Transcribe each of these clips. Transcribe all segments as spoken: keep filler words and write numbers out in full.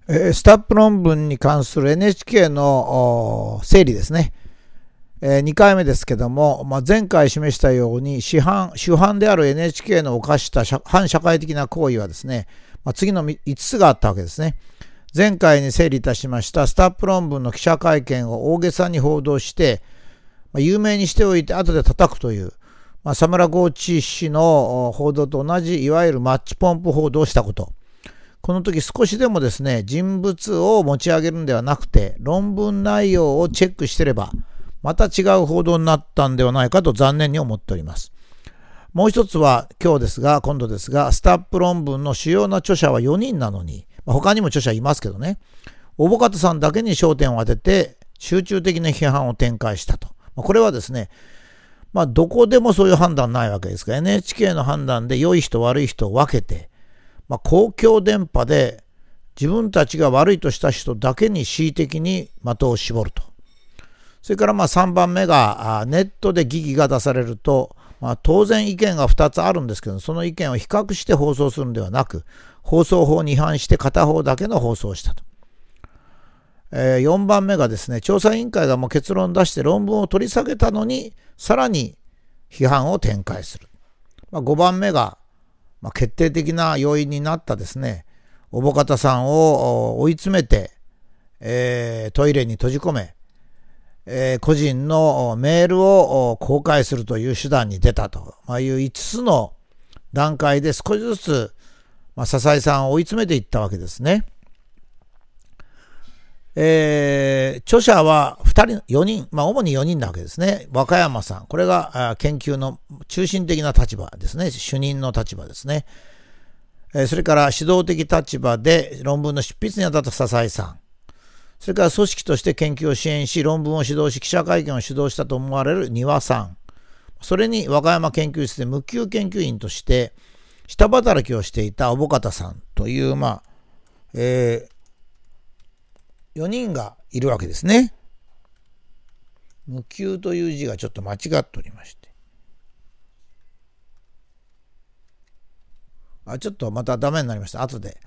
えー、スタップ論文に関する エヌエイチケー の整理ですね。えー、にかいめですけども、まあ、前回示したように主犯、主犯である エヌエイチケー の犯した反社会的な行為はですね、まあ、次のいつつがあったわけですね。前回に整理いたしましたスタップ論文の記者会見を大げさに報道して、まあ、有名にしておいて後で叩くという、まあ、サムラゴーチ氏の報道と同じいわゆるマッチポンプ報道をしたこと。この時少しでもですね、人物を持ち上げるんではなくて、論文内容をチェックしてれば、また違う報道になったんではないかと残念に思っております。もう一つは今日ですが、今度ですが、スタップ論文の主要な著者はよにんなのに、まあ、他にも著者いますけどね、小保方さんだけに焦点を当てて、集中的な批判を展開したと。まあ、これはですね、まあ、どこでもそういう判断ないわけですが、エヌエイチケー の判断で良い人悪い人を分けて、まあ、公共電波で自分たちが悪いとした人だけに恣意的に的を絞ると。それからまあさんばんめがネットで疑義が出されると、まあ、当然意見がふたつあるんですけど、その意見を比較して放送するのではなく、放送法に違反して片方だけの放送をしたと。えー、よんばんめがですね、調査委員会がもう結論を出して論文を取り下げたのに、さらに批判を展開する。まあ、ごばんめが、まあ、決定的な要因になったですね、小保方さんを追い詰めて、えー、トイレに閉じ込め、えー、個人のメールを公開するという手段に出たと、まあ、いういつつの段階で少しずつ、まあ、笹井さんを追い詰めていったわけですね。えー、著者はふたり、よにん、まあ主によにんなわけですね。和歌山さん。これが研究の中心的な立場ですね。主任の立場ですね。えー、それから指導的立場で論文の執筆にあたった笹井さん。それから組織として研究を支援し、論文を指導し、記者会見を主導したと思われる丹羽さん。それに和歌山研究室で無給研究員として下働きをしていた小保方さんという、まあ、えー、よにんがいるわけですね。無給という字がちょっと間違っておりまして。あ、ちょっとまたダメになりました。後で。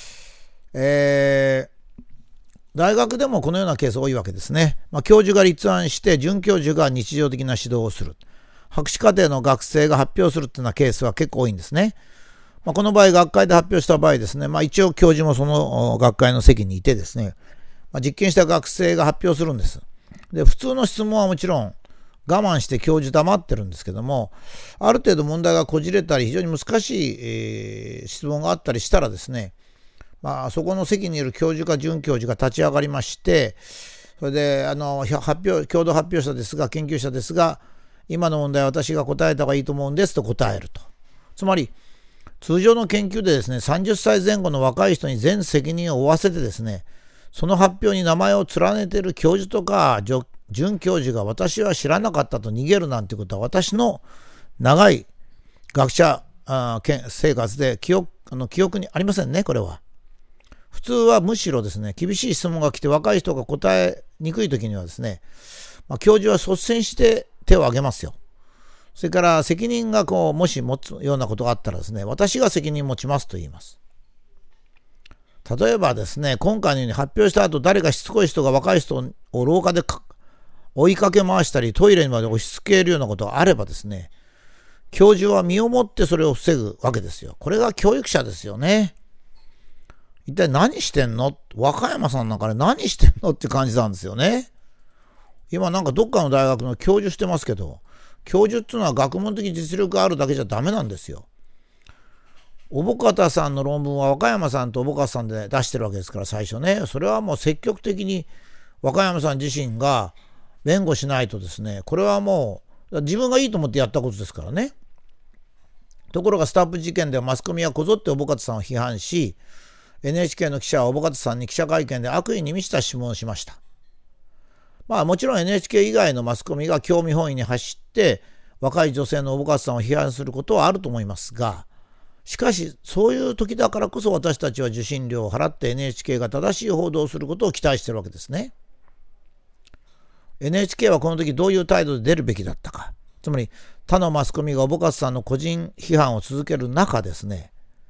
えー、大学でもこのようなケース多いわけですね。まあ、教授が立案して准教授が日常的な指導をする。博士課程の学生が発表するっていうようなケースは結構多いんですね。まあ、この場合、学会で発表した場合ですね、まあ、一応教授もその学会の席にいてですね、まあ、実験した学生が発表するんです。で、普通の質問はもちろん我慢して教授黙ってるんですけども、ある程度問題がこじれたり非常に難しい、えー、質問があったりしたらですね、まあ、そこの席にいる教授か准教授が立ち上がりまして、それであの発表共同発表者ですが研究者ですが、今の問題は私が答えた方がいいと思うんですと答えると。つまり通常の研究でですね、さんじゅっさいぜん後の若い人に全責任を負わせてですね、その発表に名前を連ねている教授とか准教授が私は知らなかったと逃げるなんてことは、私の長い学者生活で記憶、あの記憶にありませんね。これは普通はむしろですね、厳しい質問が来て若い人が答えにくい時にはですね、まあ、教授は率先して手を挙げますよ。それから責任がこうもし持つようなことがあったらですね、私が責任持ちますと言います。例えばですね、今回のように発表した後、誰かしつこい人が若い人を廊下で追いかけ回したり、トイレにまで押し付けるようなことがあればですね、教授は身をもってそれを防ぐわけですよ。これが教育者ですよね。一体何してんの？和歌山さんなんかね、何してんのって感じなんですよね。今なんかどっかの大学の教授してますけど、教授っていうのは学問的実力があるだけじゃダメなんですよ。小保方さんの論文は和歌山さんと小保方さんで出してるわけですから、最初ね、それはもう積極的に和歌山さん自身が弁護しないとですね、これはもう自分がいいと思ってやったことですからね。ところがスタップ事件ではマスコミはこぞって小保方さんを批判し、エヌエイチケー の記者は小保方さんに記者会見で悪意に満ちた質問をしました。まあもちろん エヌエイチケー 以外のマスコミが興味本位に走って若い女性の小保方さんを批判することはあると思いますが、しかしそういう時だからこそ私たちは受信料を払って エヌエイチケー が正しい報道をすることを期待しているわけですね。エヌエイチケー はこの時どういう態度で出るべきだったか。つまり他のマスコミが小保方さんの個人批判を続ける中ですね、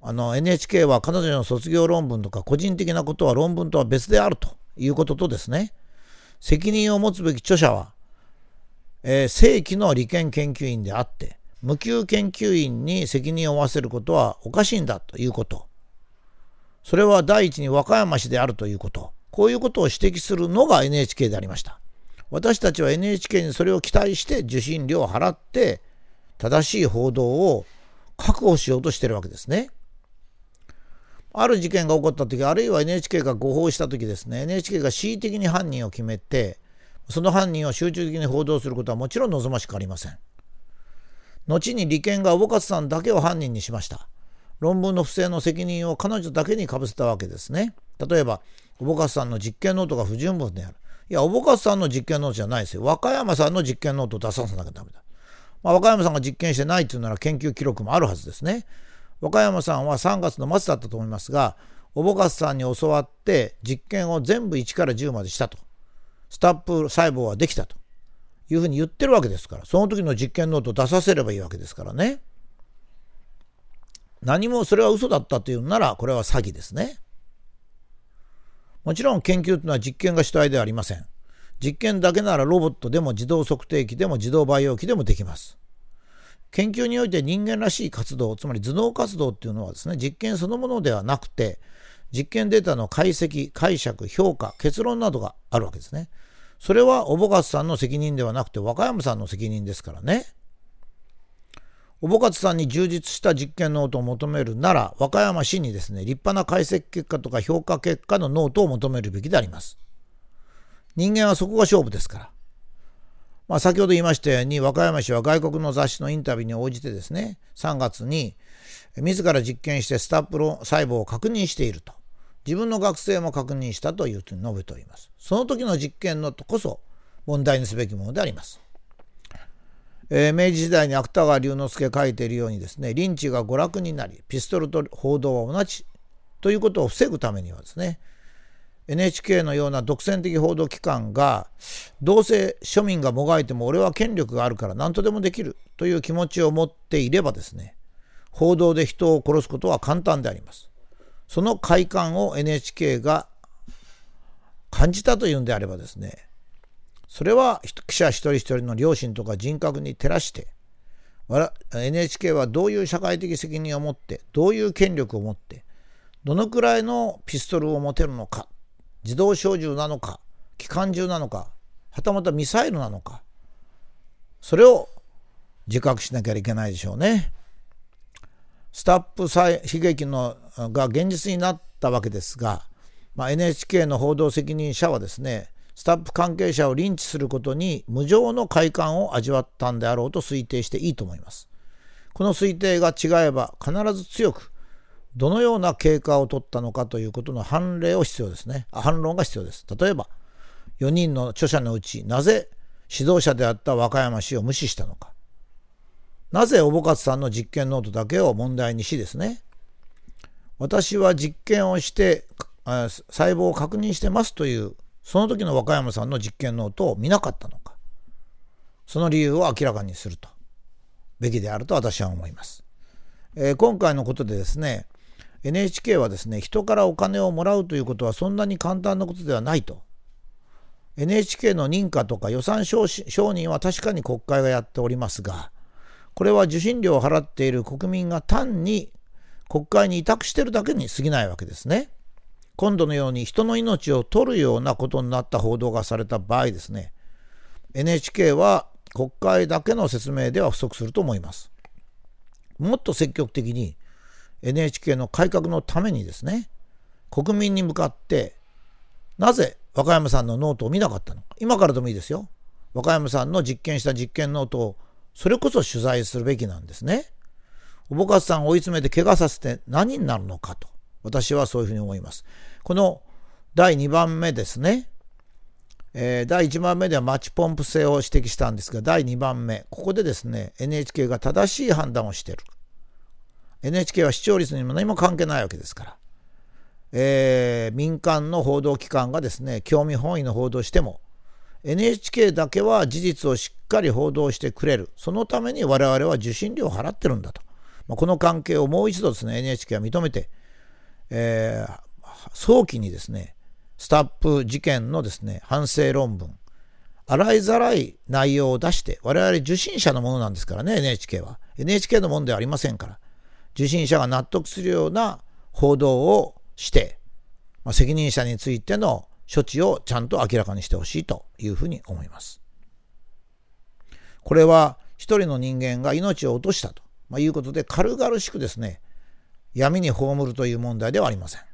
あの エヌエイチケー は彼女の卒業論文とか個人的なことは論文とは別であるということとですね、責任を持つべき著者は、えー、正規の理研研究員であって無給研究員に責任を負わせることはおかしいんだということ、それは第一に和歌山市であるということ、こういうことを指摘するのが エヌエイチケー でありました。私たちは エヌエイチケー にそれを期待して受信料を払って正しい報道を確保しようとしているわけですね。ある事件が起こったとき、あるいは エヌエイチケー が誤報したときですね、エヌエイチケー が恣意的に犯人を決めて、その犯人を集中的に報道することはもちろん望ましくありません。後に理研がおぼかつさんだけを犯人にしました。論文の不正の責任を彼女だけにかぶせたわけですね。例えば、おぼかつさんの実験ノートが不十分である。いや、おぼかつさんの実験ノートじゃないですよ。和歌山さんの実験ノートを出さなきゃダメだ。まあ、和歌山さんが実験してないっていうなら研究記録もあるはずですね。和歌山さんはさんがつの末だったと思いますが、おぼかつさんに教わって実験を全部いちからじゅうまでしたと。スタップ細胞はできたというふうに言ってるわけですから、その時の実験ノートを出させればいいわけですからね。何もそれは嘘だったというなら、これは詐欺ですね。もちろん研究というのは実験が主体ではありません。実験だけならロボットでも自動測定器でも自動培養器でもできます。研究において人間らしい活動、つまり頭脳活動っていうのはですね、実験そのものではなくて、実験データの解析、解釈、評価、結論などがあるわけですね。それはおぼかつさんの責任ではなくて和歌山さんの責任ですからね。おぼかつさんに充実した実験ノートを求めるなら、和歌山市にですね、立派な解析結果とか評価結果のノートを求めるべきであります。人間はそこが勝負ですから。まあ、先ほど言いましたように、和歌山市は外国の雑誌のインタビューに応じてですね、さんがつに自ら実験してスタップ細胞を確認していると。自分の学生も確認したというふうに述べております。その時の実験ノートこそ問題にすべきものであります。えー、明治時代に芥川龍之介が書いているようにですね、リンチが娯楽になり、ピストルと報道は同じということを防ぐためにはですね、エヌエイチケー のような独占的報道機関が、どうせ庶民がもがいても俺は権力があるから何とでもできるという気持ちを持っていればですね、報道で人を殺すことは簡単であります。その快感を エヌエイチケー が感じたというんであればですね、それは記者一人一人の良心とか人格に照らして、エヌエイチケー はどういう社会的責任を持って、どういう権力を持って、どのくらいのピストルを持てるのか、自動小銃なのか、機関銃なのか、はたまたミサイルなのか、それを自覚しなきゃいけないでしょうね。スタップ悲劇のが現実になったわけですが、まあ、エヌエイチケー の報道責任者はですね、スタップ関係者をリンチすることに無上の快感を味わったんであろうと推定していいと思います。この推定が違えば必ず強く、どのような経過を取ったのかということの判例を必要ですね。反論が必要です。例えば、よにんの著者のうち、なぜ指導者であった和歌山市を無視したのか。なぜおぼかつさんの実験ノートだけを問題にしですね、私は実験をして細胞を確認してますというその時の和歌山さんの実験ノートを見なかったのか、その理由を明らかにするとべきであると私は思います。えー、今回のことでですね、エヌエイチケー はですね、人からお金をもらうということはそんなに簡単なことではないと。エヌエイチケー の認可とか予算承認は確かに国会がやっておりますが、これは受信料を払っている国民が単に国会に委託しているだけに過ぎないわけですね。今度のように人の命を取るようなことになった報道がされた場合ですね、エヌエイチケー は国会だけの説明では不足すると思います。もっと積極的に エヌエイチケー の改革のためにですね、国民に向かってなぜ和歌山さんのノートを見なかったのか、今からでもいいですよ。和歌山さんの実験した実験ノートをそれこそ取材するべきなんですね。おぼかつさんを追い詰めて怪我させて何になるのかと、私はそういうふうに思います。このだいにばんめですね、えー、だいいちばんめではマッチポンプ性を指摘したんですが、だいにばんめ、ここでですね エヌエイチケー が正しい判断をしている。 エヌエイチケー は視聴率にも何も関係ないわけですから、えー、民間の報道機関がですね興味本位の報道をしても エヌエイチケー だけは事実をしっかり報道してくれる。そのために我々は受信料を払ってるんだと。 まあ、この関係をもう一度ですね エヌエイチケー は認めて、えー、早期にですねスタップ事件のですね反省論文、洗いざらい内容を出して、我々受信者のものなんですからね、 エヌエイチケー は エヌエイチケー のものではありませんから、受信者が納得するような報道をして、まあ、責任者についての処置をちゃんと明らかにしてほしいというふうに思います。これは一人の人間が命を落としたということで軽々しくですね闇に葬るという問題ではありません。